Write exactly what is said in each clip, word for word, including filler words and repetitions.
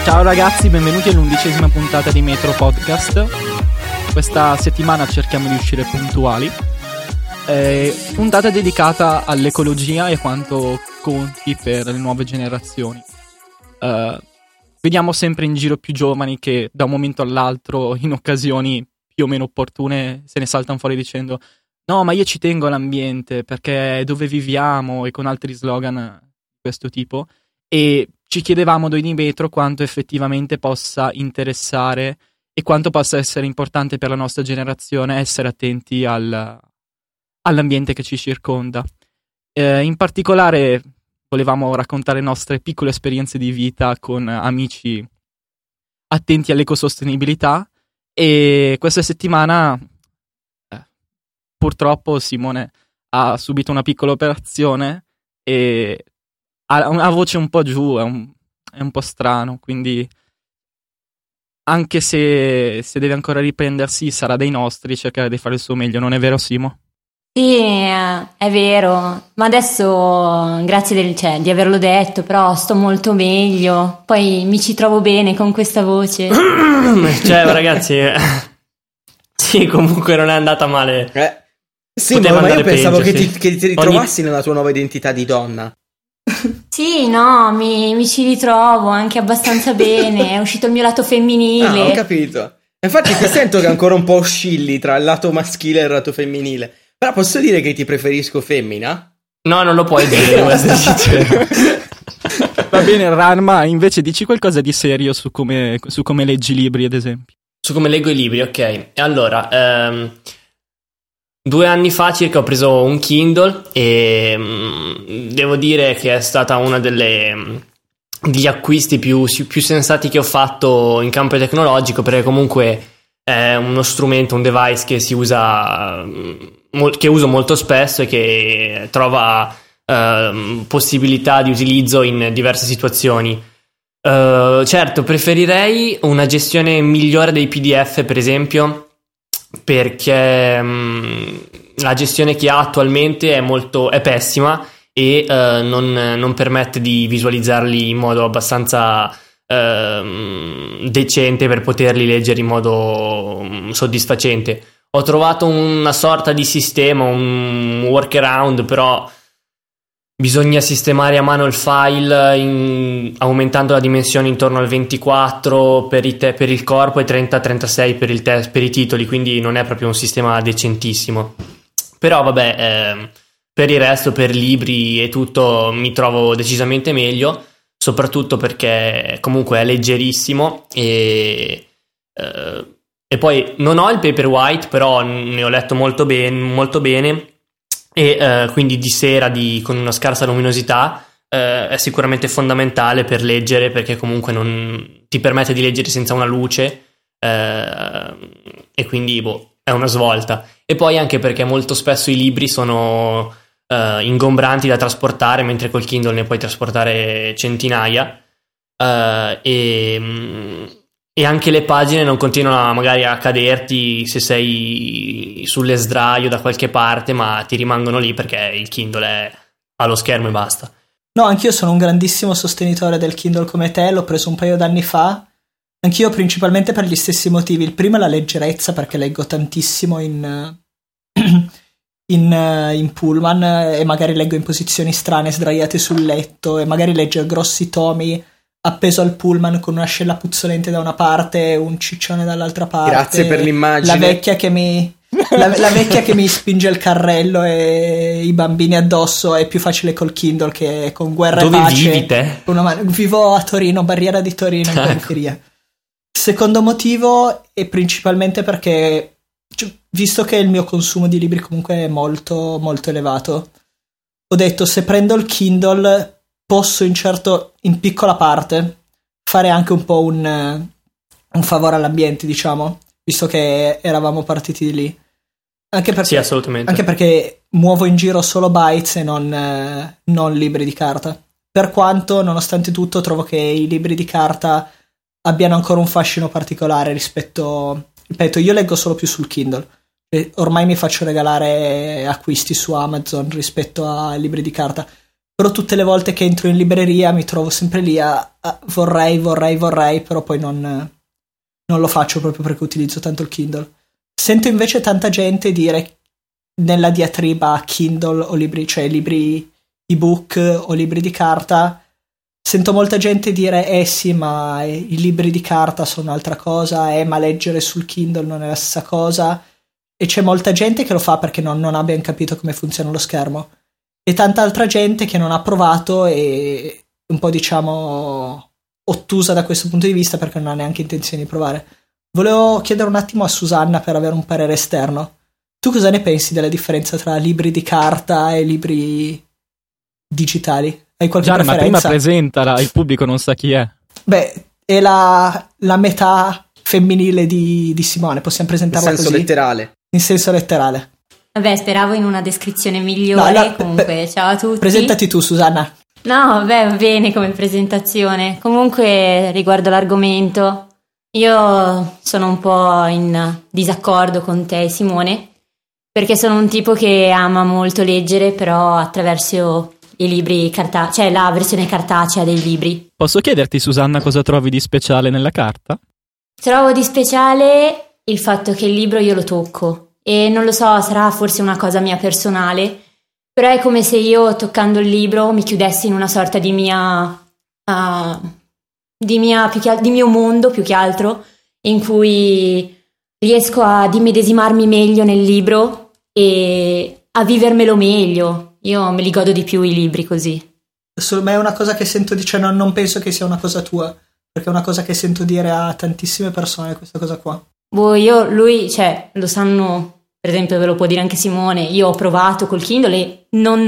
Ciao ragazzi, benvenuti all'undicesima puntata di Metro Podcast. Questa settimana cerchiamo di uscire puntuali. Eh, puntata dedicata all'ecologia e quanto conti per le nuove generazioni. Eh, vediamo sempre in giro più giovani che da un momento all'altro, in occasioni più o meno opportune, se ne saltano fuori dicendo no, ma io ci tengo all'ambiente perché è dove viviamo, e con altri slogan di questo tipo. E ci chiedevamo noi di Metro quanto effettivamente possa interessare e quanto possa essere importante per la nostra generazione essere attenti al, all'ambiente che ci circonda. Eh, in particolare volevamo raccontare le nostre piccole esperienze di vita con amici attenti all'ecosostenibilità, e questa settimana eh, purtroppo Simone ha subito una piccola operazione e ha una voce un po' giù, è un, è un po' strano, quindi anche se, se deve ancora riprendersi sarà dei nostri, cercherà di fare il suo meglio, non è vero Simo? Sì, è vero, ma adesso grazie del, cioè, di averlo detto, però sto molto meglio, poi mi ci trovo bene con questa voce. Cioè ragazzi, sì, comunque non è andata male. Eh, sì, ma, ma io pensavo peggio, che, sì. ti, che ti ritrovassi Ogni... nella tua nuova identità di donna. Sì, no, mi, mi ci ritrovo anche abbastanza bene, è uscito il mio lato femminile. Ah, ho capito. Infatti ti sento che ancora un po' oscilli tra il lato maschile e il lato femminile. Però posso dire che ti preferisco femmina? No, non lo puoi dire, devo essere sincero. Va bene, Ranma, invece dici qualcosa di serio su come, su come leggi libri, ad esempio. Su come leggo i libri, ok. Allora, ehm, due anni fa circa ho preso un Kindle e mh, devo dire che è stata una delle degli acquisti più, più sensati che ho fatto in campo tecnologico, perché comunque è uno strumento, un device che si usa, che uso molto spesso e che trova eh, possibilità di utilizzo in diverse situazioni. Uh, certo, preferirei una gestione migliore dei P D F, per esempio, perché mh, la gestione che ha attualmente è molto è pessima e uh, non, non permette di visualizzarli in modo abbastanza uh, decente per poterli leggere in modo um, soddisfacente. Ho trovato una sorta di sistema, un workaround, però bisogna sistemare a mano il file in, aumentando la dimensione intorno al ventiquattro per, i te, per il corpo e trenta trentasei per, il te, per i titoli, quindi non è proprio un sistema decentissimo. Però vabbè, eh, per il resto, per libri e tutto, mi trovo decisamente meglio, soprattutto perché comunque è leggerissimo e, eh, e poi non ho il Paperwhite, però ne ho letto molto, ben, molto bene. E uh, quindi di sera di, con una scarsa luminosità uh, è sicuramente fondamentale per leggere, perché comunque non ti permette di leggere senza una luce uh, e quindi boh, è una svolta. E poi anche perché molto spesso i libri sono uh, ingombranti da trasportare, mentre col Kindle ne puoi trasportare centinaia uh, e um, E anche le pagine non continuano magari a caderti se sei sull'esdraio da qualche parte, ma ti rimangono lì perché il Kindle è allo schermo e basta. No, anch'io sono un grandissimo sostenitore del Kindle come te, l'ho preso un paio d'anni fa. Anch'io principalmente per gli stessi motivi. Il primo è la leggerezza, perché leggo tantissimo in, in, in pullman e magari leggo in posizioni strane, sdraiate sul letto, e magari leggo grossi tomi appeso al pullman con un'ascella puzzolente da una parte e un ciccione dall'altra parte. Grazie per l'immagine. La vecchia che mi la, la vecchia che mi spinge il carrello e i bambini addosso. È più facile col Kindle che con Guerra Dove e Pace. vivi te? Una man- vivo a Torino, Barriera di Torino, in periferia. Secondo motivo è principalmente perché, visto che il mio consumo di libri comunque è molto molto elevato, ho detto, se prendo il Kindle posso in certo, in piccola parte, fare anche un po' un, un favore all'ambiente, diciamo, visto che eravamo partiti di lì. Anche perché, sì, assolutamente. Anche perché muovo in giro solo bytes e non, eh, non libri di carta. Per quanto, nonostante tutto, trovo che i libri di carta abbiano ancora un fascino particolare rispetto... Ripeto, io leggo solo più sul Kindle. E ormai mi faccio regalare acquisti su Amazon rispetto ai libri di carta. però tutte le volte che entro in libreria mi trovo sempre lì a, a vorrei, vorrei, vorrei, però poi non, non lo faccio proprio perché utilizzo tanto il Kindle. Sento invece tanta gente dire nella diatriba Kindle o libri, cioè libri ebook o libri di carta, sento molta gente dire eh sì, ma i libri di carta sono un'altra cosa, eh ma leggere sul Kindle non è la stessa cosa, e c'è molta gente che lo fa perché non, non ha ben capito come funziona lo schermo, e tanta altra gente che non ha provato e un po' diciamo ottusa da questo punto di vista perché non ha neanche intenzione di provare. Volevo chiedere un attimo a Susanna per avere un parere esterno. Tu cosa ne pensi della differenza tra libri di carta e libri digitali? Hai qualche Gianna, ma prima preferenza? presentala, il pubblico non sa chi è. Beh, è la, la metà femminile di, di Simone, possiamo In presentarla senso così? letterale. In senso letterale. Vabbè, speravo in una descrizione migliore. No, no, Comunque, beh, ciao a tutti. Presentati tu, Susanna. No, vabbè, va bene come presentazione. Comunque, riguardo l'argomento, io sono un po' in disaccordo con te, Simone, perché sono un tipo che ama molto leggere, però attraverso i libri cartacei, cioè la versione cartacea dei libri. Posso chiederti, Susanna, cosa trovi di speciale nella carta? Trovo di speciale il fatto che il libro io lo tocco, e non lo so, sarà forse una cosa mia personale, però è come se io toccando il libro mi chiudessi in una sorta di mia uh, di mia più che al- di mio mondo più che altro, in cui riesco ad immedesimarmi meglio nel libro e a vivermelo meglio. Io me li godo di più i libri così. Ma è una cosa che sento dire, cioè non, non penso che sia una cosa tua, perché è una cosa che sento dire a tantissime persone, questa cosa qua. Boh, io, lui, cioè, lo sanno, per esempio, ve lo può dire anche Simone, io ho provato col Kindle e non,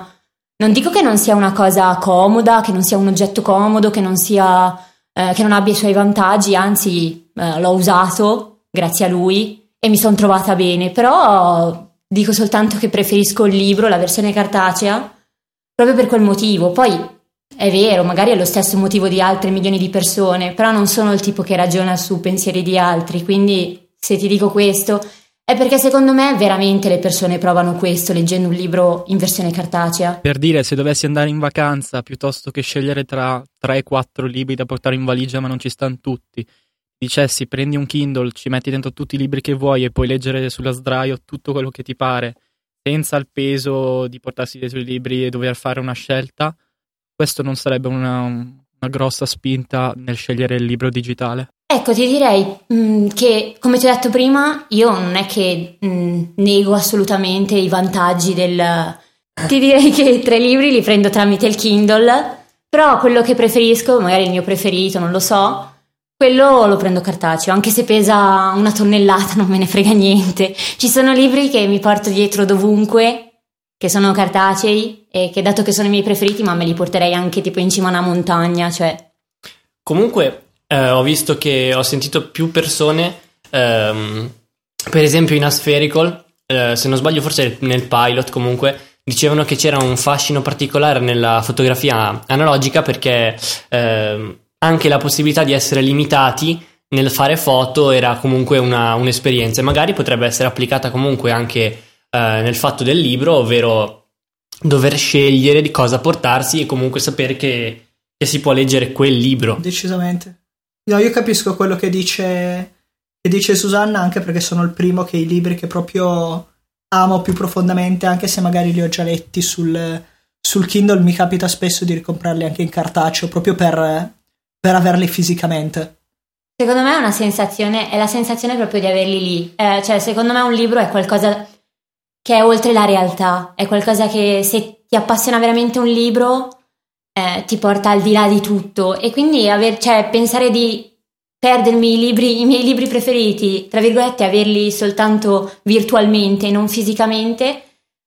non dico che non sia una cosa comoda, che non sia un oggetto comodo, che non sia, eh, che non abbia i suoi vantaggi, anzi, eh, l'ho usato grazie a lui e mi sono trovata bene, però dico soltanto che preferisco il libro, la versione cartacea, proprio per quel motivo. Poi è vero, magari è lo stesso motivo di altre milioni di persone, però non sono il tipo che ragiona su pensieri di altri, quindi se ti dico questo è perché secondo me veramente le persone provano questo leggendo un libro in versione cartacea. Per dire, se dovessi andare in vacanza, piuttosto che scegliere tra tre quattro libri da portare in valigia ma non ci stanno tutti, dicessi prendi un Kindle, ci metti dentro tutti i libri che vuoi e puoi leggere sulla sdraio tutto quello che ti pare, senza il peso di portarsi dietro i libri e dover fare una scelta, questo non sarebbe una, una grossa spinta nel scegliere il libro digitale? Ecco, ti direi mh, che, come ti ho detto prima, io non è che mh, nego assolutamente i vantaggi del... Ti direi che tre libri li prendo tramite il Kindle, però quello che preferisco, magari il mio preferito, non lo so, quello lo prendo cartaceo, anche se pesa una tonnellata, non me ne frega niente. Ci sono libri che mi porto dietro dovunque, che sono cartacei, e che dato che sono i miei preferiti, ma me li porterei anche tipo in cima a una montagna, cioè... Comunque... Eh, ho visto che ho sentito più persone, ehm, per esempio in Aspherical, eh, se non sbaglio forse nel pilot comunque, dicevano che c'era un fascino particolare nella fotografia analogica perché ehm, anche la possibilità di essere limitati nel fare foto era comunque una, un'esperienza e magari potrebbe essere applicata comunque anche eh, nel fatto del libro, ovvero dover scegliere di cosa portarsi e comunque sapere che, che si può leggere quel libro. Decisamente. No, io capisco quello che dice, che dice Susanna, anche perché sono il primo che i libri che proprio amo più profondamente, anche se magari li ho già letti sul, sul Kindle, mi capita spesso di ricomprarli anche in cartaceo, proprio per, per averli fisicamente. Secondo me è una sensazione, è la sensazione proprio di averli lì. Eh, cioè, secondo me un libro è qualcosa che è oltre la realtà, è qualcosa che se ti appassiona veramente un libro... Eh, ti porta al di là di tutto e quindi aver, cioè, pensare di perdermi i libri, i miei libri preferiti, tra virgolette, averli soltanto virtualmente, non fisicamente,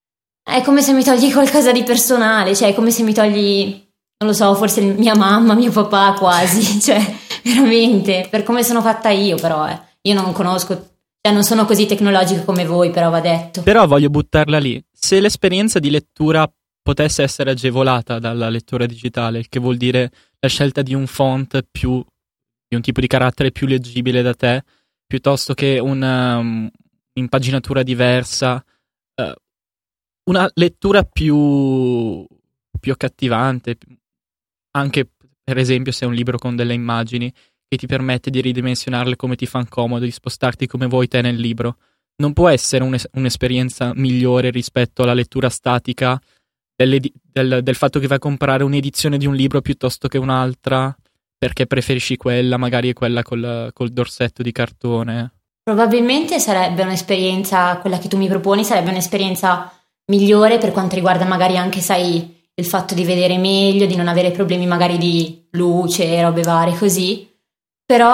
è come se mi togli qualcosa di personale, cioè è come se mi togli, non lo so, forse mia mamma, mio papà quasi, cioè veramente, per come sono fatta io però, eh. Io non conosco, cioè non sono così tecnologica come voi, però va detto. Però voglio buttarla lì, se l'esperienza di lettura potesse essere agevolata dalla lettura digitale, il che vuol dire la scelta di un font più, di un tipo di carattere più leggibile da te, piuttosto che una um, impaginatura diversa, uh, una lettura più, più accattivante, anche per esempio se è un libro con delle immagini che ti permette di ridimensionarle come ti fan comodo, di spostarti come vuoi te nel libro. Non può essere un'es- un'esperienza migliore rispetto alla lettura statica del, del fatto che vai a comprare un'edizione di un libro piuttosto che un'altra perché preferisci quella, magari quella col, col dorsetto di cartone. Probabilmente sarebbe un'esperienza, quella che tu mi proponi, sarebbe un'esperienza migliore per quanto riguarda magari anche, sai, il fatto di vedere meglio, di non avere problemi magari di luce, robe varie così. Però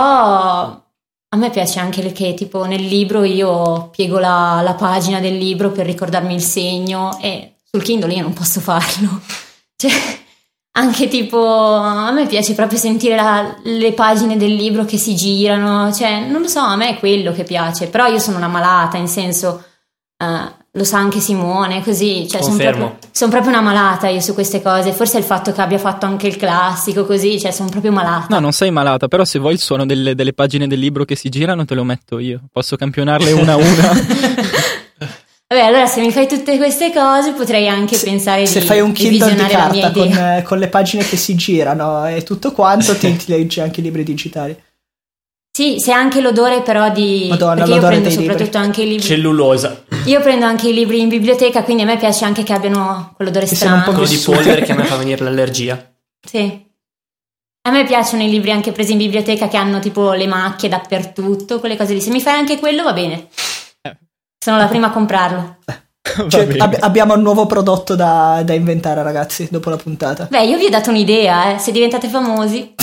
a me piace anche che tipo nel libro io piego la, la pagina del libro per ricordarmi il segno, e sul Kindle io non posso farlo. Cioè, anche tipo a me piace proprio sentire la, le pagine del libro che si girano, cioè non lo so, a me è quello che piace. Però io sono una malata, in senso, uh, lo sa anche Simone, così, cioè sono proprio, son proprio una malata io su queste cose. Forse è il fatto che abbia fatto anche il classico, così, cioè sono proprio malata. No, non sei malata, però se vuoi il suono delle, delle pagine del libro che si girano te lo metto io, posso campionarle una a una. Vabbè, allora se mi fai tutte queste cose potrei anche se, pensare se di Se fai un Kindle di carta con, idea. con le pagine che si girano e tutto quanto, ti, ti leggi anche i libri digitali. Sì, se anche l'odore però di... Madonna, perché io prendo dei soprattutto libri. anche i libri... Cellulosa. Io prendo anche i libri in biblioteca, quindi a me piace anche che abbiano quell'odore Che siano un strano. po' Quello di polvere che a me fa venire l'allergia. Sì. A me piacciono i libri anche presi in biblioteca che hanno tipo le macchie dappertutto, quelle cose lì. Se mi fai anche quello va bene. Sono la prima a comprarlo. Cioè, ab- abbiamo un nuovo prodotto da, da inventare, ragazzi, dopo la puntata. Beh, io vi ho dato un'idea, eh. Se diventate famosi,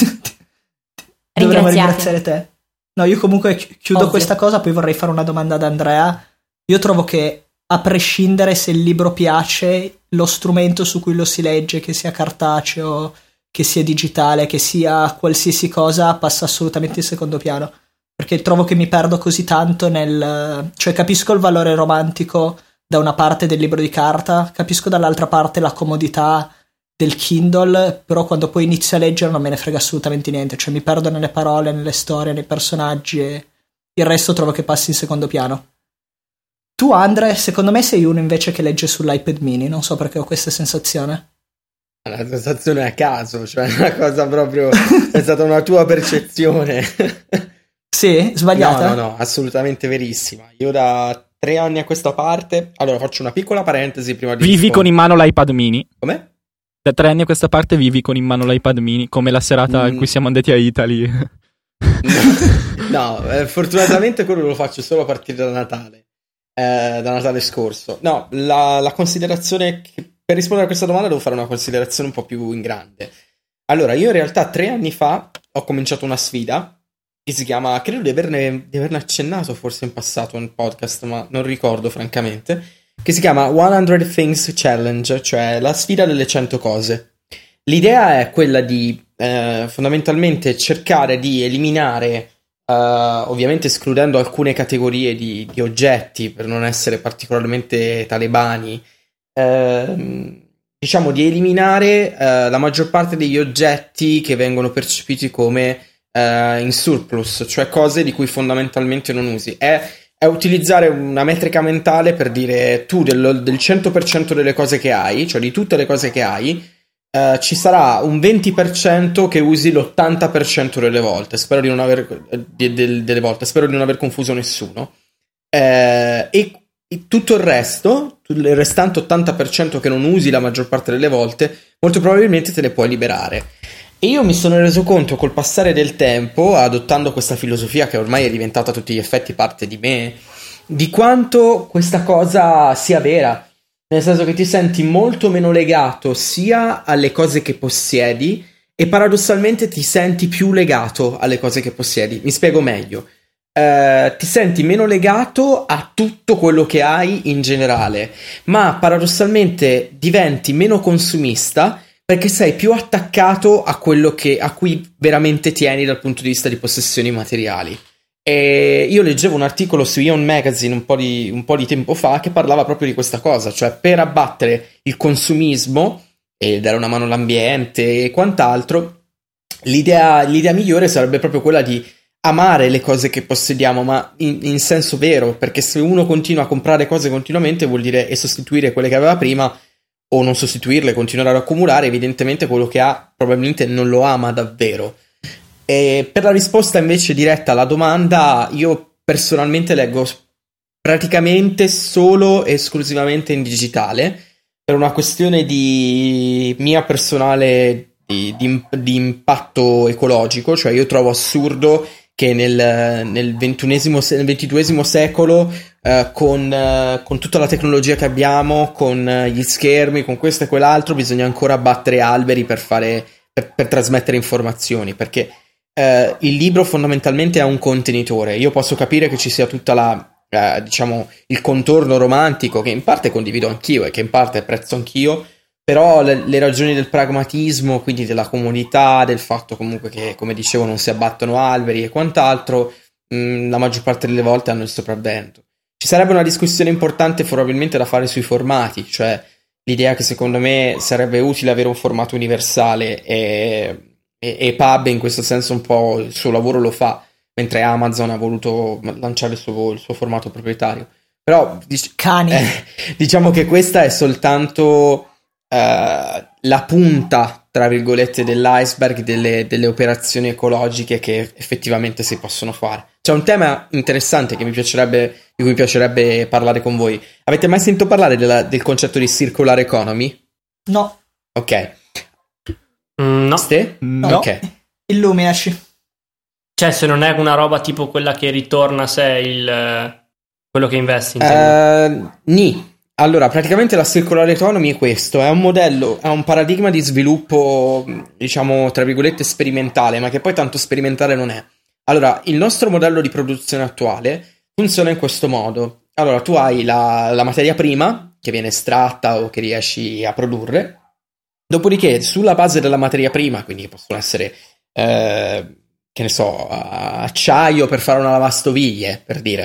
Dovremmo ringraziate. ringraziare te. No, io comunque chi- chiudo Ovvio. questa cosa, poi vorrei fare una domanda ad Andrea. Io trovo che, a prescindere se il libro piace, lo strumento su cui lo si legge, che sia cartaceo, che sia digitale, che sia qualsiasi cosa, passa assolutamente in secondo piano. Perché trovo che mi perdo così tanto nel... Cioè, capisco il valore romantico da una parte del libro di carta, capisco dall'altra parte la comodità del Kindle, però quando poi inizio a leggere non me ne frega assolutamente niente, cioè mi perdo nelle parole, nelle storie, nei personaggi, e il resto trovo che passi in secondo piano. Tu, Andre, secondo me sei uno invece che legge sull'iPad mini, non so perché ho questa sensazione. Una sensazione a caso, cioè una cosa proprio... è stata una tua percezione. Sì? Sbagliata? No, no, no, assolutamente verissima. Io da tre anni a questa parte... Allora, faccio una piccola parentesi prima di... Vivi rispondere. con in mano l'iPad mini. Come? Da tre anni a questa parte vivi con in mano l'iPad mini, come la serata Mm. in cui siamo andati a Italy. No, eh, fortunatamente quello lo faccio solo a partire da Natale, eh, da Natale scorso. No, la, la considerazione che, per rispondere a questa domanda devo fare una considerazione un po' più in grande. Allora, io in realtà tre anni fa ho cominciato una sfida che si chiama, credo di averne, di averne accennato forse in passato nel podcast, ma non ricordo francamente, che si chiama one hundred Things Challenge, cioè la sfida delle cento cose. L'idea è quella di eh, fondamentalmente cercare di eliminare, eh, ovviamente escludendo alcune categorie di, di oggetti per non essere particolarmente talebani, eh, diciamo di eliminare eh, la maggior parte degli oggetti che vengono percepiti come eh, in surplus, cioè cose di cui fondamentalmente non usi. È, è utilizzare una metrica mentale per dire tu del, del cento per cento delle cose che hai, cioè di tutte le cose che hai, Uh, ci sarà un venti per cento che usi l'ottanta per cento delle volte. Spero di non aver di, di, delle volte, spero di non aver confuso nessuno. Uh, e, e tutto il resto, il restante ottanta per cento che non usi la maggior parte delle volte, molto probabilmente te le puoi liberare. E io mi sono reso conto col passare del tempo, adottando questa filosofia che ormai è diventata a tutti gli effetti parte di me, di quanto questa cosa sia vera. Nel senso che ti senti molto meno legato sia alle cose che possiedi e paradossalmente ti senti più legato alle cose che possiedi. Mi spiego meglio. Eh, ti senti meno legato a tutto quello che hai in generale, ma paradossalmente diventi meno consumista perché sei più attaccato a quello che, a cui veramente tieni dal punto di vista di possessioni materiali. E io leggevo un articolo su Ion Magazine un po' di, un po' di tempo fa che parlava proprio di questa cosa, cioè per abbattere il consumismo e dare una mano all'ambiente e quant'altro, l'idea, l'idea migliore sarebbe proprio quella di amare le cose che possediamo, ma in, in senso vero, perché se uno continua a comprare cose continuamente vuol dire e sostituire quelle che aveva prima, o non sostituirle, continuare ad accumulare, evidentemente quello che ha probabilmente non lo ama davvero. E per la risposta invece diretta alla domanda, io personalmente leggo praticamente solo e esclusivamente in digitale, per una questione di mia personale di, di, di impatto ecologico. Cioè io trovo assurdo che nel, nel ventunesimo, nel ventiduesimo secolo eh, con, eh, con tutta la tecnologia che abbiamo, con eh, gli schermi, con questo e quell'altro, bisogna ancora abbattere alberi per fare per, per trasmettere informazioni, perché eh, il libro fondamentalmente è un contenitore. Io posso capire che ci sia tutta la Eh, diciamo il contorno romantico, che in parte condivido anch'io e che in parte apprezzo anch'io, però le, le ragioni del pragmatismo, quindi della comunità, del fatto comunque che, come dicevo, non si abbattono alberi e quant'altro, mh, la maggior parte delle volte hanno il sopravvento. Ci sarebbe una discussione importante probabilmente da fare sui formati, cioè l'idea che secondo me sarebbe utile avere un formato universale, e, e, e Pub in questo senso un po' il suo lavoro lo fa, mentre Amazon ha voluto lanciare il suo, il suo formato proprietario. Però dic- Cani. Eh, diciamo che questa è soltanto eh, la punta, tra virgolette, dell'iceberg delle, delle operazioni ecologiche che effettivamente si possono fare. C'è un tema interessante che mi piacerebbe, di cui mi piacerebbe parlare con voi. Avete mai sentito parlare della, del concetto di circular economy? No. Ok. Mm, no. Ste? No. Ok. Illuminaci. Cioè, se non è una roba tipo quella che ritorna a sé il quello che investi, intendo. Uh, ni. Allora, praticamente la circular economy è questo, è un modello, è un paradigma di sviluppo, diciamo, tra virgolette, sperimentale, ma che poi tanto sperimentale non è. Allora, il nostro modello di produzione attuale funziona in questo modo. Allora, tu hai la, la materia prima, che viene estratta o che riesci a produrre, dopodiché, sulla base della materia prima, quindi possono essere... Eh, che ne so, acciaio per fare una lavastoviglie, per dire,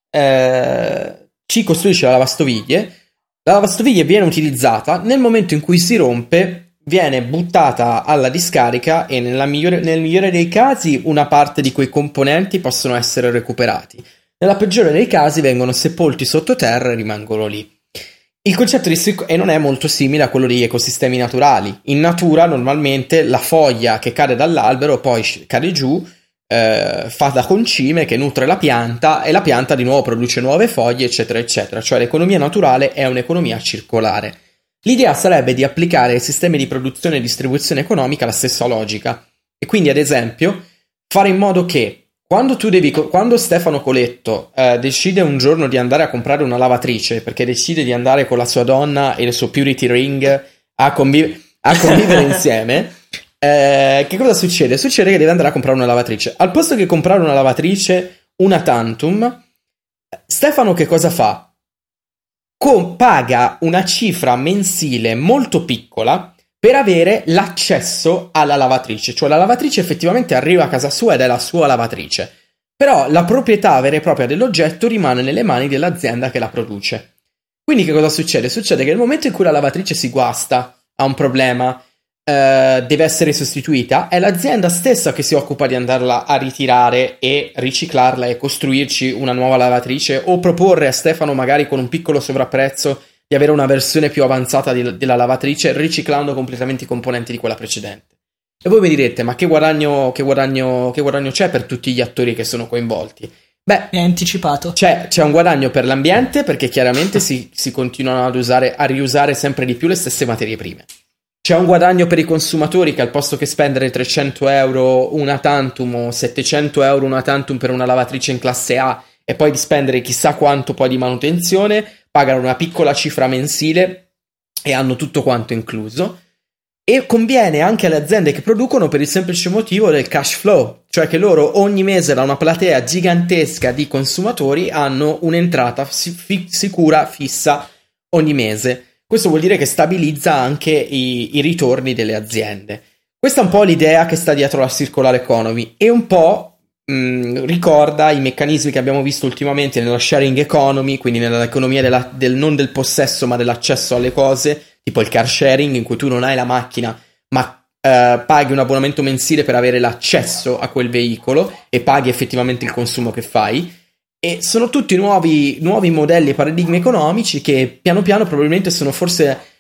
eh, ci costruisce la lavastoviglie, la lavastoviglie viene utilizzata, nel momento in cui si rompe viene buttata alla discarica e nella migliore, nel migliore dei casi una parte di quei componenti possono essere recuperati, nella peggiore dei casi vengono sepolti sottoterra e rimangono lì. Il concetto di circo- e non è molto simile a quello degli ecosistemi naturali. In natura normalmente la foglia che cade dall'albero poi cade giù, eh, fa da concime che nutre la pianta e la pianta di nuovo produce nuove foglie, eccetera eccetera. Cioè l'economia naturale è un'economia circolare. L'idea sarebbe di applicare ai sistemi di produzione e distribuzione economica la stessa logica, e quindi ad esempio fare in modo che Quando tu devi, quando Stefano Coletto eh, decide un giorno di andare a comprare una lavatrice, perché decide di andare con la sua donna e il suo purity ring a, conviv- a convivere insieme, eh, che cosa succede? Succede che deve andare a comprare una lavatrice. Al posto che comprare una lavatrice, una Tantum, Stefano che cosa fa? Com- paga una cifra mensile molto piccola per avere l'accesso alla lavatrice, cioè la lavatrice effettivamente arriva a casa sua ed è la sua lavatrice, però la proprietà vera e propria dell'oggetto rimane nelle mani dell'azienda che la produce. Quindi che cosa succede? Succede che nel momento in cui la lavatrice si guasta, ha un problema, eh, deve essere sostituita, è l'azienda stessa che si occupa di andarla a ritirare e riciclarla e costruirci una nuova lavatrice, o proporre a Stefano, magari con un piccolo sovrapprezzo, di avere una versione più avanzata di, della lavatrice, riciclando completamente i componenti di quella precedente. E voi mi direte, ma che guadagno, che guadagno, che guadagno c'è per tutti gli attori che sono coinvolti? Beh, mi hai anticipato. C'è, c'è un guadagno per l'ambiente, perché chiaramente si, si continuano ad usare, a riusare sempre di più le stesse materie prime. C'è un guadagno per i consumatori, che al posto che spendere trecento euro una Tantum o settecento euro una Tantum per una lavatrice in classe A e poi di spendere chissà quanto poi di manutenzione, pagano una piccola cifra mensile e hanno tutto quanto incluso. E conviene anche alle aziende che producono per il semplice motivo del cash flow, cioè che loro ogni mese da una platea gigantesca di consumatori hanno un'entrata fi- sicura, fissa ogni mese. Questo vuol dire che stabilizza anche i, i ritorni delle aziende. Questa è un po' l'idea che sta dietro la circular economy e un po' mh, ricorda i meccanismi che abbiamo visto ultimamente nella sharing economy, quindi nell'economia della, del, non del possesso ma dell'accesso alle cose, tipo il car sharing, in cui tu non hai la macchina ma eh, paghi un abbonamento mensile per avere l'accesso a quel veicolo e paghi effettivamente il consumo che fai. E sono tutti nuovi, nuovi modelli e paradigmi economici che piano piano probabilmente sono forse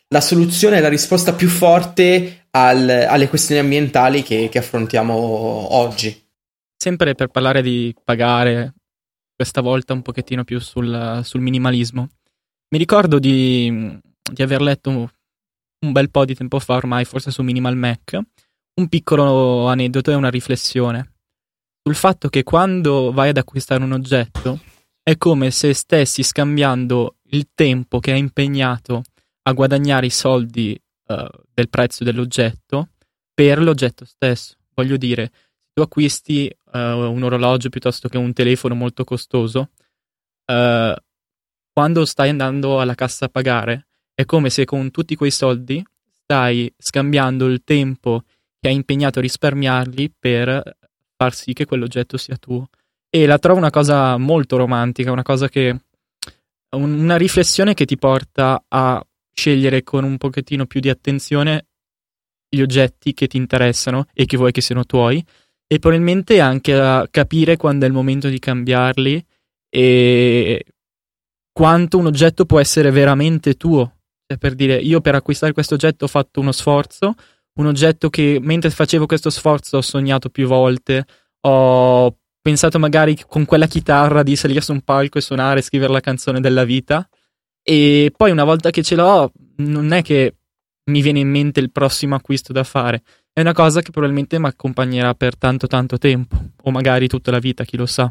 la soluzione, la risposta più forte al, alle questioni ambientali che, che affrontiamo oggi. Sempre per parlare di pagare, questa volta un pochettino più sul, sul minimalismo. Mi ricordo di, di aver letto un, un bel po' di tempo fa ormai, forse su Minimal Mac, un piccolo aneddoto e una riflessione sul fatto che quando vai ad acquistare un oggetto è come se stessi scambiando il tempo che hai impegnato a guadagnare i soldi uh, del prezzo dell'oggetto per l'oggetto stesso. Voglio dire, se tu acquisti uh, un orologio piuttosto che un telefono molto costoso, uh, quando stai andando alla cassa a pagare è come se con tutti quei soldi stai scambiando il tempo che hai impegnato a risparmiarli per far sì che quell'oggetto sia tuo. E la trovo una cosa molto romantica, una cosa che una riflessione che ti porta a scegliere con un pochettino più di attenzione gli oggetti che ti interessano e che vuoi che siano tuoi, e probabilmente anche a capire quando è il momento di cambiarli e quanto un oggetto può essere veramente tuo. Cioè, per dire, io per acquistare questo oggetto ho fatto uno sforzo, un oggetto che mentre facevo questo sforzo ho sognato più volte, ho pensato magari con quella chitarra di salire su un palco e suonare e scrivere la canzone della vita, e poi una volta che ce l'ho non è che mi viene in mente il prossimo acquisto da fare, è una cosa che probabilmente mi accompagnerà per tanto tanto tempo, o magari tutta la vita, chi lo sa.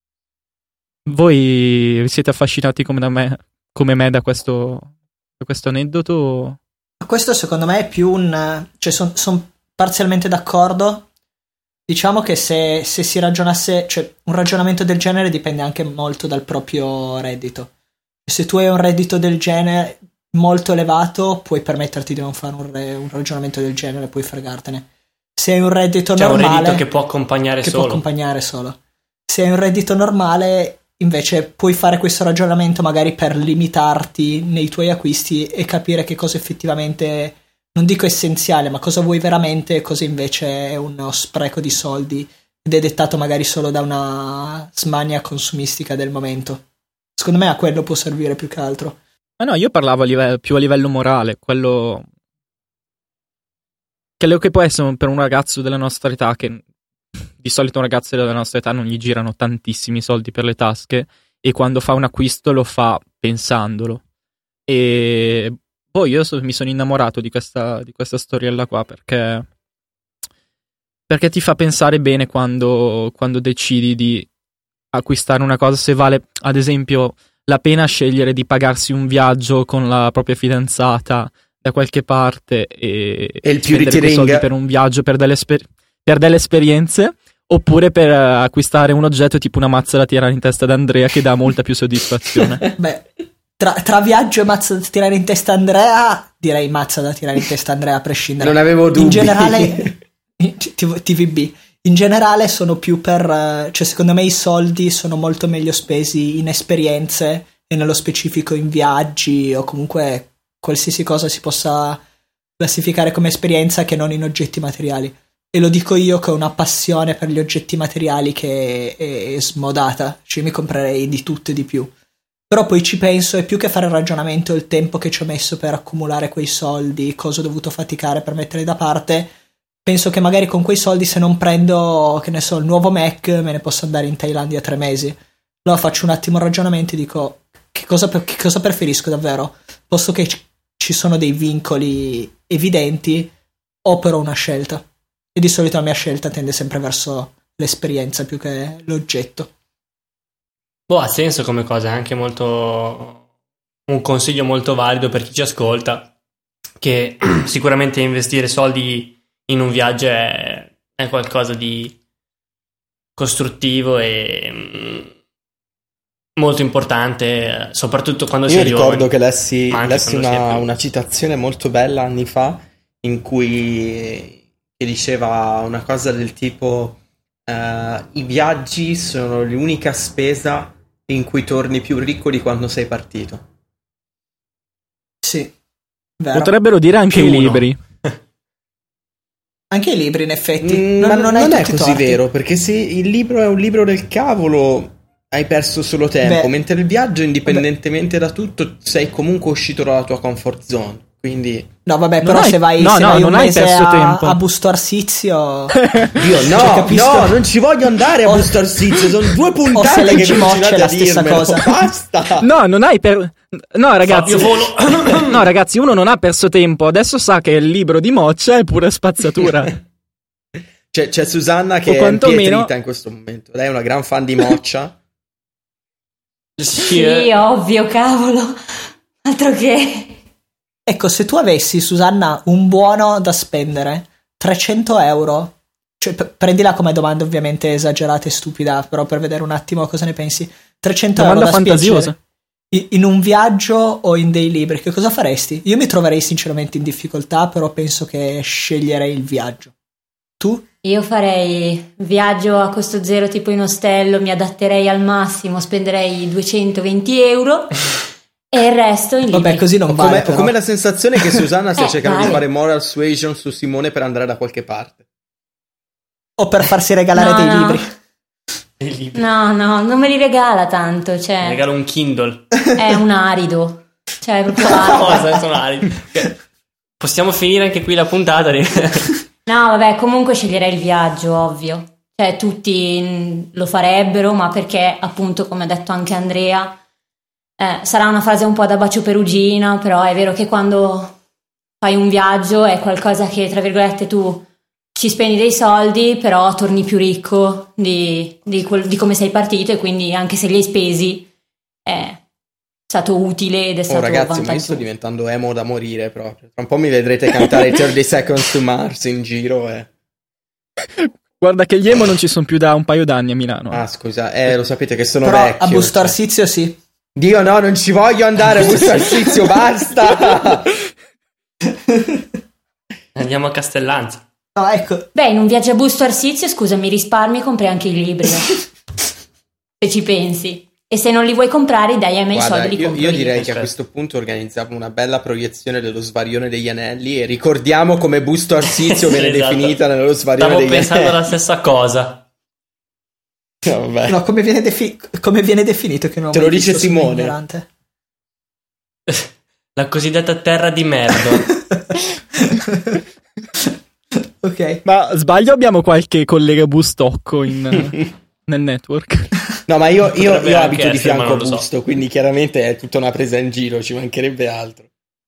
Voi siete affascinati come da me, come me da questo, da questo aneddoto? Questo secondo me è più un... cioè sono son parzialmente d'accordo. Diciamo che se, se si ragionasse, cioè un ragionamento del genere dipende anche molto dal proprio reddito. Se tu hai un reddito del genere molto elevato, puoi permetterti di non fare un, re, un ragionamento del genere, puoi fregartene. Se hai un reddito C'è normale... un reddito che può accompagnare che solo. può accompagnare solo. Se hai un reddito normale, invece puoi fare questo ragionamento magari per limitarti nei tuoi acquisti e capire che cosa effettivamente, non dico essenziale, ma cosa vuoi veramente e cosa invece è uno spreco di soldi ed è dettato magari solo da una smania consumistica del momento. Secondo me a quello può servire più che altro. Ma no, io parlavo a livello, più a livello morale, quello... quello che può essere per un ragazzo della nostra età, che di solito un ragazzo della nostra età non gli girano tantissimi soldi per le tasche, e quando fa un acquisto lo fa pensandolo. E poi io so, mi sono innamorato di questa, di questa storiella qua, perché perché ti fa pensare bene quando, quando decidi di acquistare una cosa, se vale ad esempio la pena scegliere di pagarsi un viaggio con la propria fidanzata da qualche parte e, e il spendere purity quei soldi ring per un viaggio, per delle, esper- per delle esperienze, oppure per uh, acquistare un oggetto tipo una mazza da tirare in testa ad Andrea che dà molta più soddisfazione. Beh, tra, tra viaggio e mazza da tirare in testa Andrea, direi mazza da tirare in testa Andrea a prescindere. Non avevo dubbi. In generale T V B in generale sono più per, cioè secondo me i soldi sono molto meglio spesi in esperienze e nello specifico in viaggi o comunque qualsiasi cosa si possa classificare come esperienza che non in oggetti materiali. E lo dico io che ho una passione per gli oggetti materiali che è, è smodata, cioè mi comprerei di tutto e di più. Però poi ci penso, e più che fare il ragionamento, il tempo che ci ho messo per accumulare quei soldi, cosa ho dovuto faticare per metterli da parte, penso che magari con quei soldi, se non prendo, che ne so, il nuovo Mac, me ne posso andare in Thailandia tre mesi. Allora faccio un attimo il ragionamento e dico, che cosa, che cosa preferisco davvero? Posto che ci sono dei vincoli evidenti, opero una scelta. E di solito la mia scelta tende sempre verso l'esperienza più che l'oggetto. Boh, ha senso come cosa, è anche molto un consiglio molto valido per chi ci ascolta, che sicuramente investire soldi in un viaggio è, è qualcosa di costruttivo e mh, molto importante, soprattutto quando Io si è ricordo giovani, che lessi, ma anche lessi quando si è una, più- una citazione molto bella anni fa in cui che diceva una cosa del tipo eh, i viaggi sono l'unica spesa in cui torni più ricco di quando sei partito. Sì, vero. Potrebbero dire anche Più i uno. libri. Anche i libri, in effetti. Mm, non, ma non, non, hai è tutti i così torti. vero, perché se il libro è un libro del cavolo hai perso solo tempo, Beh, mentre il viaggio, indipendentemente da tutto, sei comunque uscito dalla tua comfort zone. quindi... No, vabbè, Non però hai- se vai, no, se no, vai non un hai mese perso a, tempo. a Busto Arsizio... Io no, Cioè, capisco- no, non ci voglio andare a O- Busto Arsizio, sono due o se puntate che leggi Moccia continuate è la a stessa dirmelo. cosa. Basta! No, non hai per... No, ragazzi. Fabio Volo. No, ragazzi, uno non ha perso tempo. Adesso sa che il libro di Moccia è pure spazzatura. C'è, c'è Susanna che O è quantomeno- impietrita in questo momento. Lei è una gran fan di Moccia. Sì, eh. Sì, ovvio, cavolo. Altro che... Ecco, se tu avessi, Susanna, un buono da spendere, trecento euro, cioè p- prendila come domanda ovviamente esagerata e stupida, però per vedere un attimo cosa ne pensi, trecento euro Domanda da fantasiosa. spendere i- in un viaggio o in dei libri, che cosa faresti? Io mi troverei sinceramente in difficoltà, però penso che sceglierei il viaggio. Tu? Io farei viaggio a costo zero tipo in ostello, mi adatterei al massimo, spenderei duecentoventi euro e il resto in libri. Vabbè, così non Ho vale, come, ho però. come la sensazione che Susanna stia Eh, cercando di vale. fare moral suasion su Simone per andare da qualche parte. O per farsi regalare No, dei no. libri. I libri. No, no, non me li regala tanto, Mi cioè regalo un Kindle. è un arido, cioè è proprio Cosa? arido. Sono ari. Ok. Possiamo finire anche qui la puntata. di- No, vabbè, comunque sceglierei il viaggio, ovvio. Cioè, tutti mh, lo farebbero, ma perché, appunto, come ha detto anche Andrea, eh, sarà una frase un po' da bacio perugina, però è vero che quando fai un viaggio è qualcosa che, tra virgolette, tu ci spendi dei soldi, però torni più ricco di, di, quel- di come sei partito e quindi anche se li hai spesi è stato utile ed è stato Oh ragazzi, ma io vantaggioso. sto diventando emo da morire proprio. Tra un po' mi vedrete cantare thirty Seconds to Mars in giro e... Guarda che gli emo non ci sono più da un paio d'anni a Milano. Ah, scusa, eh, lo sapete che sono Però vecchio. a Busto cioè. Arsizio sì. Dio no, non ci voglio andare a Busto Arsizio, basta! Andiamo a Castellanza. No, ecco, Beh, in un viaggio a Busto Arsizio, scusa, mi risparmi e compri anche i libri. Se ci pensi. E se non li vuoi comprare, dai a me i Guarda, soldi li io, compro io io. direi che a Aspetta. questo punto organizziamo una bella proiezione dello Svarione degli Anelli e ricordiamo come Busto Arsizio viene Esatto. definita nello Svarione Stavo degli pensando Anelli. alla stessa cosa. No, vabbè. no, come viene, defi- come viene definito che non ho Te lo mai dice visto, sono Simone. ignorante. La cosiddetta terra di merda. Ok. Ma sbaglio, abbiamo qualche collega bustocco in, nel network. No, ma io, io, Potrebbe io anche abito di essere, ma fianco a non lo so. Busto, quindi chiaramente è tutta una presa in giro, ci mancherebbe altro.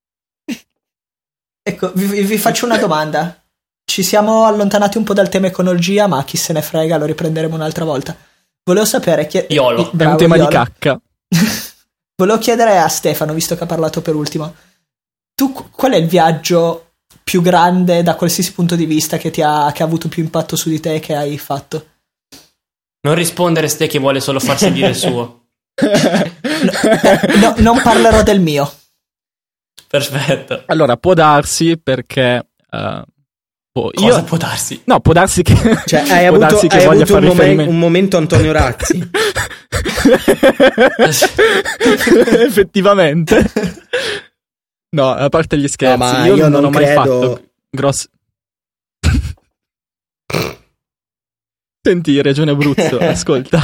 Ecco, vi, vi faccio una domanda. Ci siamo allontanati un po' dal tema ecologia, ma chi se ne frega, lo riprenderemo un'altra volta. Volevo sapere... Chi... Iolo. È Bravo, un tema Iolo. di cacca. Volevo chiedere a Stefano, visto che ha parlato per ultimo, tu qu- qual è il viaggio più grande da qualsiasi punto di vista che ti ha, che ha avuto più impatto su di te e che hai fatto? Non rispondere ste che vuole solo farsi dire il suo. No, non parlerò del mio. Perfetto. Allora, può darsi perché... eh, boh, Cosa io... può darsi? No, può darsi che... Cioè, hai può avuto, darsi che hai voglia avuto un, fare momen- riferimento- un momento Antonio Razzi. Effettivamente. No, a parte gli scherzi, No, ma io, io non, non ho mai credo- fatto grossi... Senti, Regione Abruzzo, ascolta.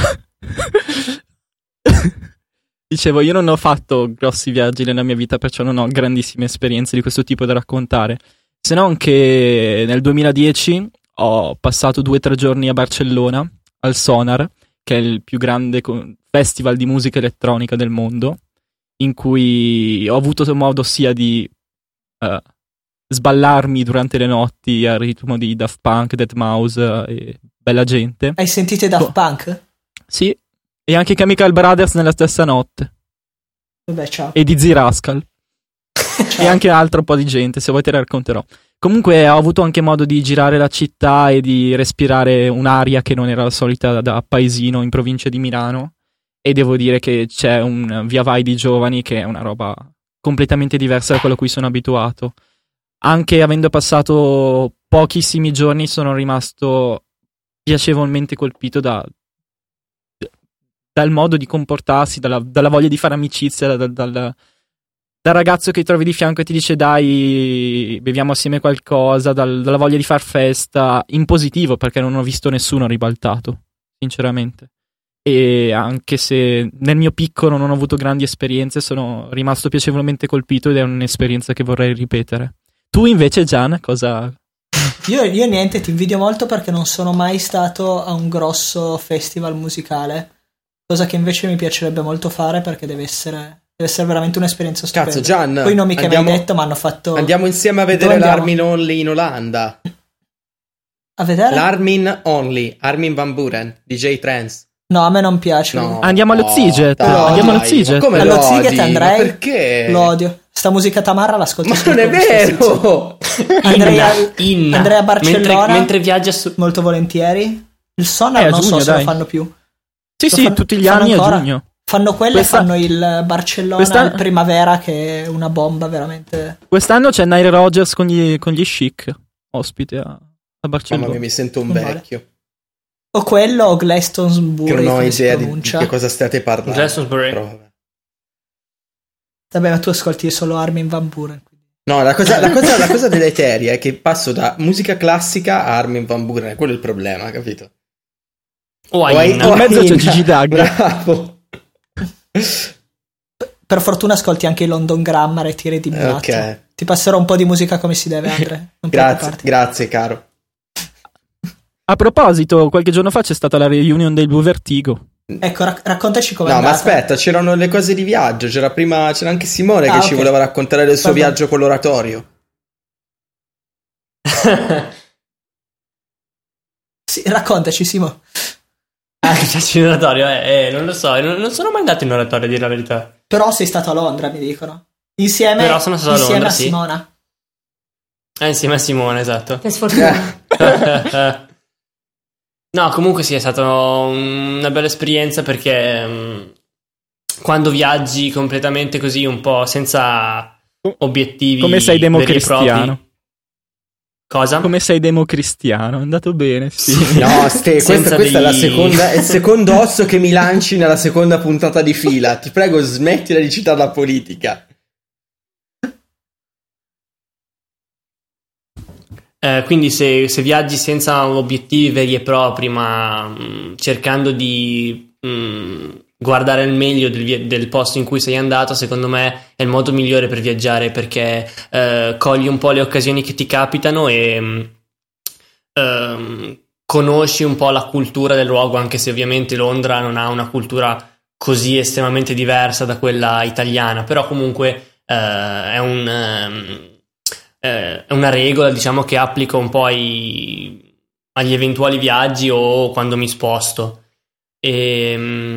Dicevo, io non ho fatto grossi viaggi nella mia vita, perciò non ho grandissime esperienze di questo tipo da raccontare. Se non che nel duemiladieci ho passato due o tre giorni a Barcellona, al Sonar, che è il più grande co- festival di musica elettronica del mondo, in cui ho avuto modo sia di eh, sballarmi durante le notti al ritmo di Daft Punk, deadmau five e bella gente. Hai sentito i Daft Oh. Punk? Sì, e anche Chemical Brothers nella stessa notte. Vabbè, ciao. E di Z Rascal. E anche altro po' di gente, se vuoi te la racconterò. Comunque ho avuto anche modo di girare la città e di respirare un'aria che non era la solita da, da paesino in provincia di Milano. E devo dire che c'è un via vai di giovani che è una roba completamente diversa da quello a cui sono abituato. Anche avendo passato pochissimi giorni sono rimasto piacevolmente colpito da, dal modo di comportarsi, dalla, dalla voglia di fare amicizia, dal, dal, dal ragazzo che trovi di fianco e ti dice dai, beviamo assieme qualcosa, dal, dalla voglia di far festa, in positivo, perché non ho visto nessuno ribaltato, sinceramente. e anche se nel mio piccolo non ho avuto grandi esperienze, sono rimasto piacevolmente colpito ed è un'esperienza che vorrei ripetere. Tu invece, Gian, cosa... Io, io niente, ti invidio molto perché non sono mai stato a un grosso festival musicale, cosa che invece mi piacerebbe molto fare perché deve essere, deve essere veramente un'esperienza stupenda. Cazzo, Gian, poi i nomi che andiamo, mi hai detto mi hanno fatto... Andiamo insieme a vedere l'Armin Only in Olanda. A vedere? L'Armin Only, Armin van Buuren, D J Trance. No, a me non piace. No, andiamo allo Ziget. dai, Andiamo allo dai, Ziget. ma come Allo lo Ziget odi? andrei. Ma perché? Lo odio. Sta musica tamarra l'ascolto. Ma non è vero! Andrei a, Inna. andrei a Barcellona mentre, mentre viaggia su... molto volentieri. Il Sonar Eh, a non giugno, so se dai. lo fanno più. Sì, Lo sì, fanno- tutti gli fanno anni ancora? a giugno. Fanno quello Questa- e fanno il Barcellona Questa- il Primavera, che è una bomba veramente. Quest'anno c'è Nile Rodgers con gli, con gli Chic, ospite a, a Mamma Barcellona. mia, mi sento un Non vale. vecchio. O quello o Che Glastonbury, non ho come si idea di, di pronuncia. che cosa state parlando. Glastonbury. Però vabbè. Vabbè, ma tu ascolti solo Armin van Buuren. quindi. No, la cosa, la, cosa, la cosa deleteria è che passo da musica classica a Armin van Buuren. Quello è il problema, capito? O a O a- Inna. o a In mezzo c'è Inna. Gigi Dag. Bravo. Per fortuna ascolti anche i London Grammar e tiri di Mulatto. Ok. Ti passerò un po' di musica come si deve, Andre. Non Grazie, preoccuparti. grazie caro. A proposito, qualche giorno fa c'è stata la reunion del Blue Vertigo. Ecco, rac- raccontaci com'è No, ma andata. aspetta, c'erano le cose di viaggio. C'era prima, c'era anche Simone Ah, che ok. ci voleva raccontare del suo Pardon. viaggio con l'oratorio. Sì, raccontaci, Simo. Ah, che piace in oratorio, eh, eh, non lo so, non, non sono mai andato in oratorio a dire la verità. Però sei stato a Londra, mi dicono. Insieme, Però sono stato a insieme Londra, a sì. Simona. Eh, insieme a Simone, esatto. Per sfortuna. No, comunque sì, è stata una bella esperienza perché mh, quando viaggi completamente così, un po' senza obiettivi Come sei veri e democristiano. propri. Cosa? Come sei democristiano, è andato bene, sì. No, Ste, questa, Senza questa è la dei- seconda, è il secondo osso che mi lanci nella seconda puntata di fila. Ti prego, smettila di citare la politica. Eh, quindi se, se viaggi senza obiettivi veri e propri, ma mh, cercando di mh, guardare il meglio del, via- del posto in cui sei andato, secondo me è il modo migliore per viaggiare, perché eh, cogli un po' le occasioni che ti capitano e mh, ehm, conosci un po' la cultura del luogo, anche se ovviamente Londra non ha una cultura così estremamente diversa da quella italiana, però comunque eh, è un... ehm, è una regola, diciamo, che applico un po' ai, agli eventuali viaggi o quando mi sposto. E,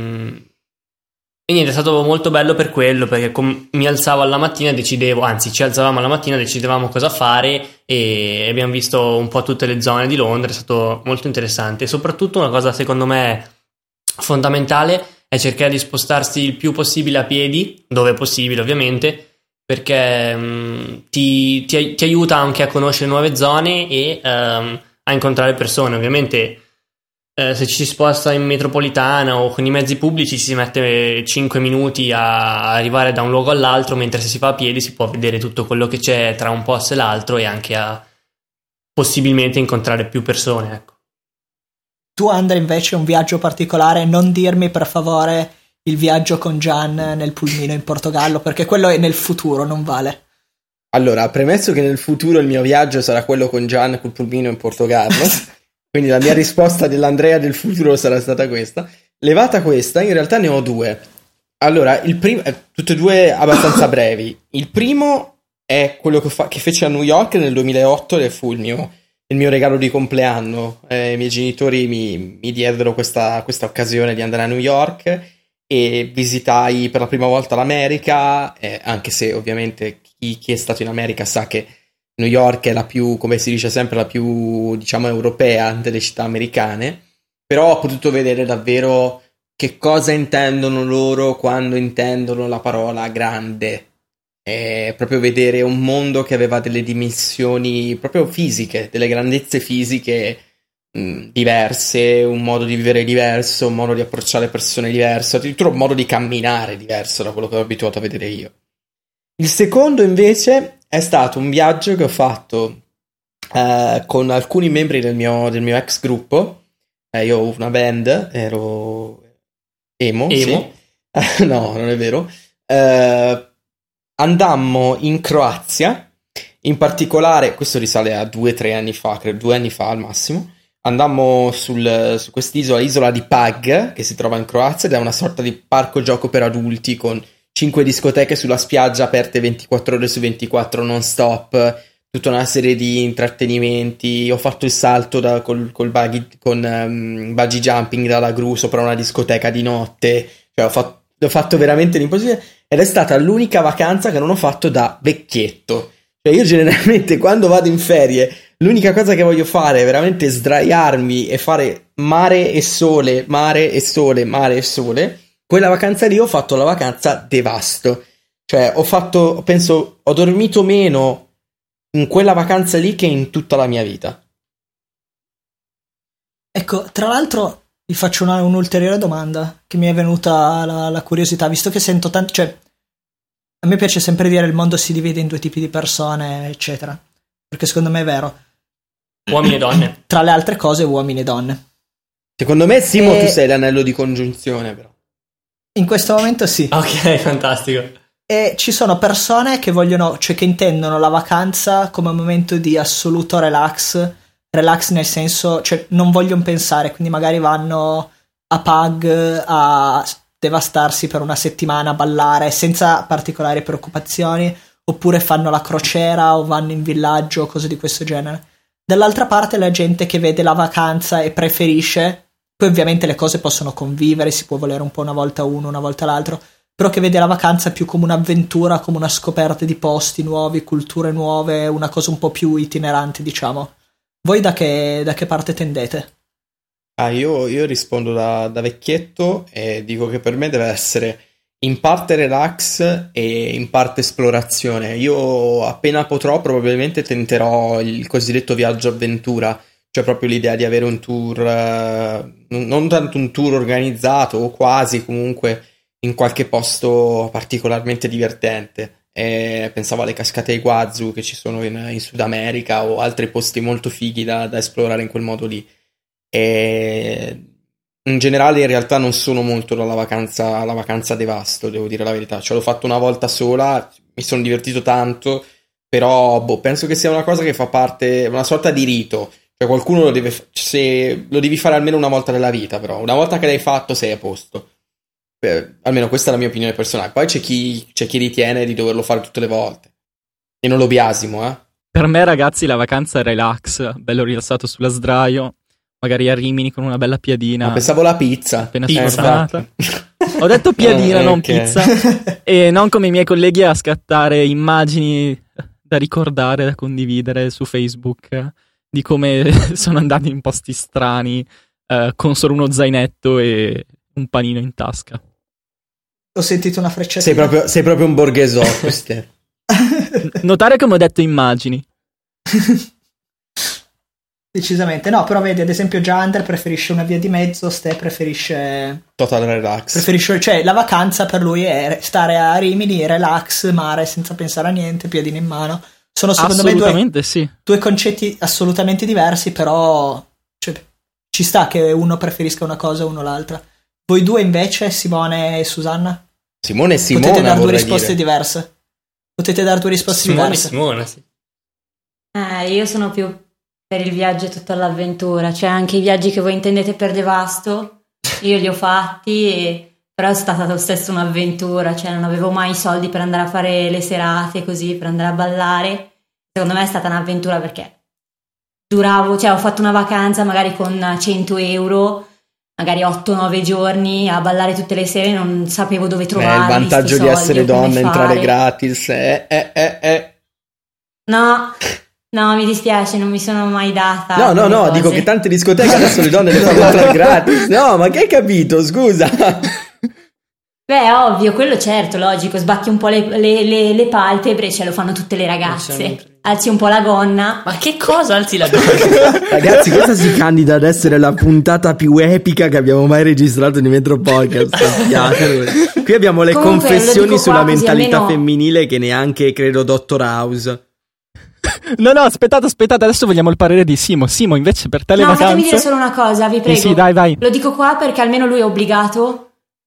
e niente, è stato molto bello per quello, perché com- mi alzavo alla mattina e decidevo, anzi ci alzavamo alla mattina e decidevamo cosa fare, e abbiamo visto un po' tutte le zone di Londra. È stato molto interessante, e soprattutto una cosa secondo me fondamentale è cercare di spostarsi il più possibile a piedi, dove è possibile ovviamente, perché um, ti, ti, ti aiuta anche a conoscere nuove zone e um, a incontrare persone. Ovviamente eh, se ci si sposta in metropolitana o con i mezzi pubblici ci si mette cinque minuti a arrivare da un luogo all'altro, mentre se si va a piedi si può vedere tutto quello che c'è tra un posto e l'altro e anche a possibilmente incontrare più persone, ecco. Tu, Andre, invece un viaggio particolare, non dirmi per favore il viaggio con Gian nel pulmino in Portogallo, perché quello è nel futuro, non vale. Allora, premesso che nel futuro il mio viaggio sarà quello con Gian col pulmino in Portogallo, quindi la mia risposta dell'Andrea del futuro sarà stata questa. Levata questa, in realtà ne ho due. Allora, il primo, eh, tutte e due abbastanza brevi. Il primo è quello che, fa, che feci a New York nel duemilaotto e fu il mio, il mio regalo di compleanno. Eh, I miei genitori mi, mi diedero questa, questa occasione di andare a New York e visitai per la prima volta l'America, eh, anche se ovviamente chi, chi è stato in America sa che New York è la più, come si dice sempre, la più, diciamo, europea delle città americane, però ho potuto vedere davvero che cosa intendono loro quando intendono la parola grande. È proprio vedere un mondo che aveva delle dimensioni proprio fisiche, delle grandezze fisiche diverse, un modo di vivere diverso, un modo di approcciare persone diverso, addirittura un modo di camminare diverso da quello che ero abituato a vedere io. Il secondo invece è stato un viaggio che ho fatto eh, con alcuni membri del mio, del mio ex gruppo. Eh, io ho una band, ero Emo, Emo. Sì. No, non è vero. Uh, andammo in Croazia, in particolare, questo risale a due o tre anni fa, credo due anni fa al massimo. Andammo sul, su quest'isola, isola di Pag, che si trova in Croazia, ed è una sorta di parco gioco per adulti con cinque discoteche sulla spiaggia aperte ventiquattro ore su ventiquattro non stop, tutta una serie di intrattenimenti. Ho fatto il salto da, col, col buggy, con um, bungee jumping dalla gru sopra una discoteca di notte, cioè ho fatto, ho fatto veramente l'impossibile, ed è stata l'unica vacanza che non ho fatto da vecchietto. Cioè io generalmente quando vado in ferie l'unica cosa che voglio fare è veramente sdraiarmi e fare mare e sole, mare e sole, mare e sole. Quella vacanza lì ho fatto la vacanza devasto. Cioè ho fatto, penso, ho dormito meno in quella vacanza lì che in tutta la mia vita. Ecco, tra l'altro vi faccio una, un'ulteriore domanda che mi è venuta la, la curiosità, visto che sento tanto, cioè a me piace sempre dire il mondo si divide in due tipi di persone, eccetera, perché secondo me è vero. Uomini e donne. Tra le altre cose, uomini e donne. Secondo me, Simo, E- tu sei l'anello di congiunzione, però. In questo momento sì. Ok, fantastico. E ci sono persone che vogliono, cioè che intendono la vacanza come un momento di assoluto relax, relax nel senso, cioè non vogliono pensare, quindi magari vanno a Pag a devastarsi per una settimana, a ballare senza particolari preoccupazioni, oppure fanno la crociera o vanno in villaggio, cose di questo genere. Dall'altra parte la gente che vede la vacanza e preferisce, poi ovviamente le cose possono convivere, si può volere un po' una volta uno, una volta l'altro, però che vede la vacanza più come un'avventura, come una scoperta di posti nuovi, culture nuove, una cosa un po' più itinerante, diciamo. Voi da che, da che parte tendete? Ah, io, io rispondo da, da vecchietto e dico che per me deve essere in parte relax e in parte esplorazione. Io appena potrò probabilmente tenterò il cosiddetto viaggio avventura, cioè proprio l'idea di avere un tour, eh, non tanto un tour organizzato o quasi, comunque in qualche posto particolarmente divertente. E pensavo alle cascate Iguazu che ci sono in, in Sud America o altri posti molto fighi da, da esplorare in quel modo lì. E in generale in realtà non sono molto dalla vacanza alla vacanza devasto, devo dire la verità. Ce l'ho fatto una volta sola, mi sono divertito tanto, però boh, penso che sia una cosa che fa parte, una sorta di rito. Cioè qualcuno lo deve, se lo devi fare almeno una volta nella vita, però una volta che l'hai fatto sei a posto. Eh, almeno questa è la mia opinione personale. Poi c'è chi, c'è chi ritiene di doverlo fare tutte le volte e non lo biasimo, eh. Per me, ragazzi, la vacanza è relax, bello rilassato sulla sdraio, magari a Rimini con una bella piadina. Ma pensavo la pizza. Appena Pizza. sfornata. Ho detto piadina, Eh, non ok. pizza. E non come i miei colleghi a scattare immagini da ricordare, da condividere su Facebook di come sono andati in posti strani eh, con solo uno zainetto e un panino in tasca. Ho sentito una frecciatina. Sei proprio, sei proprio un borghesotto, Ste. Notare come ho detto immagini. Decisamente. No, però vedi, ad esempio già Under preferisce una via di mezzo, Ste preferisce... Total relax. preferisce cioè la vacanza per lui è stare a Rimini, relax, mare, senza pensare a niente, piedini in mano. Sono secondo me due, Assolutamente sì. due concetti assolutamente diversi, però cioè, ci sta che uno preferisca una cosa e uno l'altra. Voi due invece, Simone e Susanna? Simone e Simona, Potete dare due vorrei risposte dire. diverse. Potete dare due risposte Simone, diverse. Simone, sì. Eh, io sono più per il viaggio e tutta l'avventura, cioè anche i viaggi che voi intendete per devasto, io li ho fatti, e... però è stata lo stesso un'avventura, cioè non avevo mai i soldi per andare a fare le serate così, per andare a ballare. Secondo me è stata un'avventura perché duravo, cioè ho fatto una vacanza magari con cento euro, magari otto nove giorni a ballare tutte le sere, non sapevo dove Beh, trovarli. il vantaggio sti di soldi, essere o come donna, entrare fare. gratis. Eh, eh, eh, eh. No, no, mi dispiace, non mi sono mai data. No, no, quelle no, cose. dico che tante discoteche adesso le donne le fanno entrare gratis. No, ma che hai capito? Scusa. Beh, ovvio, quello certo, logico, sbacchi un po' le, le, le, le palpebre, ce lo fanno tutte le ragazze. sempre. Alzi un po' la gonna. Ma che cosa alzi la gonna? Ragazzi, questa si candida ad essere la puntata più epica che abbiamo mai registrato di Metro Podcast. Qui abbiamo le Comunque, lo confessioni dico sulla qua, così mentalità almeno- femminile che neanche, credo, Doctor House. No, no, aspettate, aspettate, adesso vogliamo il parere di Simo. Simo, invece per te le No, vacanze... fatemi dire solo una cosa, vi prego. Sì, sì, dai, vai. Lo dico qua perché almeno lui è obbligato,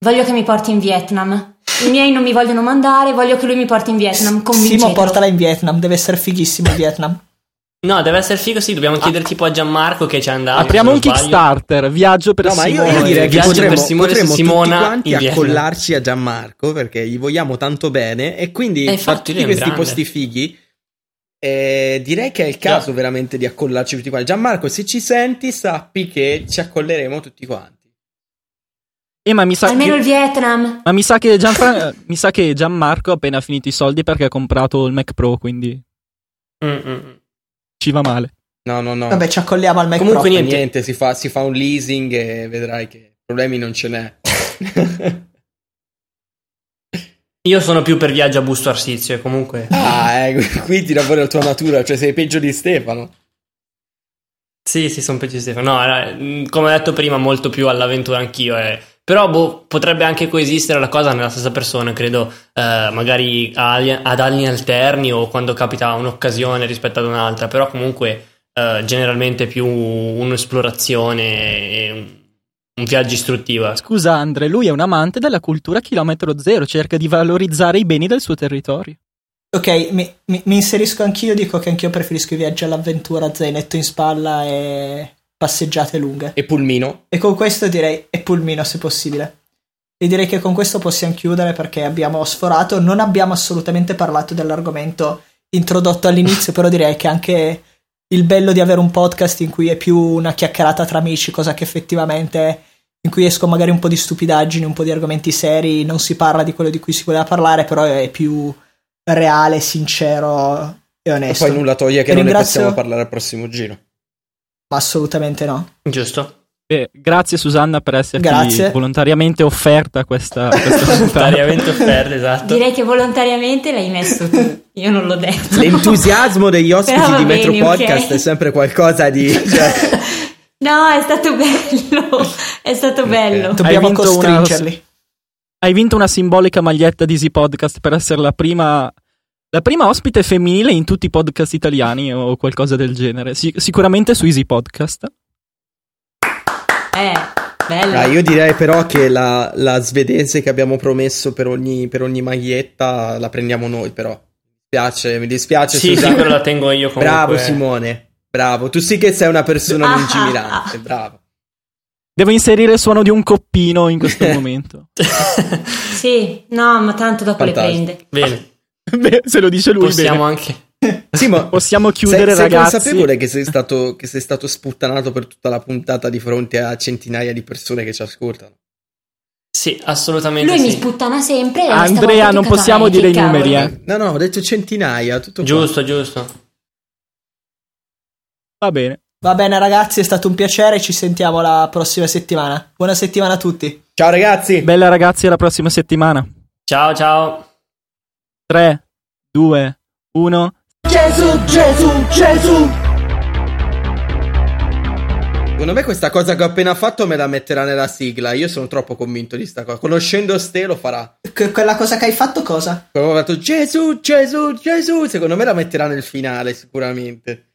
voglio che mi porti in Vietnam. I miei non mi vogliono mandare, voglio che lui mi porti in Vietnam. Simo, portala in Vietnam, deve essere fighissimo il Vietnam. No, deve essere figo, sì, dobbiamo chiedere tipo a Gianmarco che ci è andato. Apriamo un Kickstarter, viaggio per no, Simone. Ma io, io direi che Viaggio potremmo, per Simone potremmo su Simona tutti quanti in Vietnam. accollarci a Gianmarco, perché gli vogliamo tanto bene, e quindi E far infatti tutti lui è un questi grande. posti fighi. Eh, direi che è il caso No. veramente di accollarci tutti quanti. Gianmarco, se ci senti, sappi che ci accolleremo tutti quanti. Eh, ma mi sa Almeno che... il Vietnam. Ma mi sa che Gianfra... mi sa che Gianmarco ha appena finito i soldi perché ha comprato il Mac Pro, quindi Mm-mm. ci va male. No, no, no. Vabbè, ci accolliamo al Mac Comunque Pro. niente. niente, si fa, si fa un leasing e vedrai che problemi non ce n'è. Io sono più per viaggio a Busto Arsizio e comunque... Ah, eh, qui tira fuori la tua natura, cioè sei peggio di Stefano. Sì, sì, sono peggio di Stefano. No, era, mh, come ho detto prima, molto più all'avventura anch'io. Eh. Però boh, potrebbe anche coesistere la cosa nella stessa persona, credo, eh, magari a- ad anni alterni o quando capita un'occasione rispetto ad un'altra. Però comunque eh, generalmente più un'esplorazione e un, un viaggio istruttivo. Scusa Andre, lui è un amante della cultura chilometro zero, cerca di valorizzare i beni del suo territorio. Ok, mi, mi, mi inserisco anch'io, dico che anch'io preferisco i viaggi all'avventura, zainetto in spalla e passeggiate lunghe. E pulmino. E con questo direi, e pulmino se possibile. E direi che con questo possiamo chiudere perché abbiamo sforato, non abbiamo assolutamente parlato dell'argomento introdotto all'inizio, però direi che anche il bello di avere un podcast in cui è più una chiacchierata tra amici, cosa che effettivamente, in cui esco magari un po' di stupidaggini, un po' di argomenti seri, non si parla di quello di cui si voleva parlare, però è più reale, sincero e E onesto. poi nulla toglie che E non ringrazio- ne possiamo parlare al prossimo giro. Ma assolutamente no. Giusto? Eh, grazie Susanna per esserti Grazie. volontariamente offerta questa, questa puntata. Volontariamente offerta, esatto. Direi che volontariamente l'hai messo tu. Io non l'ho detto. L'entusiasmo degli ospiti Però va di Metro bene, Podcast ok. è sempre qualcosa di... Cioè, No, è stato bello. È stato bello. Dobbiamo vinto una- costringerli. Hai vinto una simbolica maglietta di Easy Podcast per essere la prima, la prima ospite femminile in tutti i podcast italiani o qualcosa del genere. Sic- sicuramente su Easy Podcast. Eh, bello. ah, io direi però che la, la svedese che abbiamo promesso per ogni, per ogni maglietta la prendiamo noi, però. Mi dispiace, mi dispiace. Sì, sì, Susanna. quello la tengo io comunque. Bravo Simone, bravo. Tu sì che sei una persona Ah, lungimirante, ah, ah. bravo. Devo inserire il suono di un coppino in questo momento. Sì, no, ma tanto dopo Fantastico. le prende. Bene, Beh, se lo dice lui, possiamo bene. anche... Simo, Possiamo chiudere, sei, sei ragazzi. consapevole che sei stato, che sei stato sputtanato per tutta la puntata di fronte a centinaia di persone che ci ascoltano? Sì, assolutamente Lui mi sì. sputtana sempre. e Andrea, stavolta non tocca a possiamo me, dire che i numeri, cavolo. eh. No, no, ho detto centinaia, tutto qua. Giusto, giusto. Va bene. Va bene ragazzi, è stato un piacere, ci sentiamo la prossima settimana. Buona settimana a tutti. Ciao ragazzi! Bella ragazzi, alla prossima settimana. Ciao, ciao. tre, due, uno. Gesù, Gesù, Gesù! Secondo me questa cosa che ho appena fatto me la metterà nella sigla. Io sono troppo convinto di sta cosa. Conoscendo Ste lo farà. Que- quella cosa che hai fatto cosa? Quando ho fatto Gesù, Gesù, Gesù, secondo me la metterà nel finale sicuramente.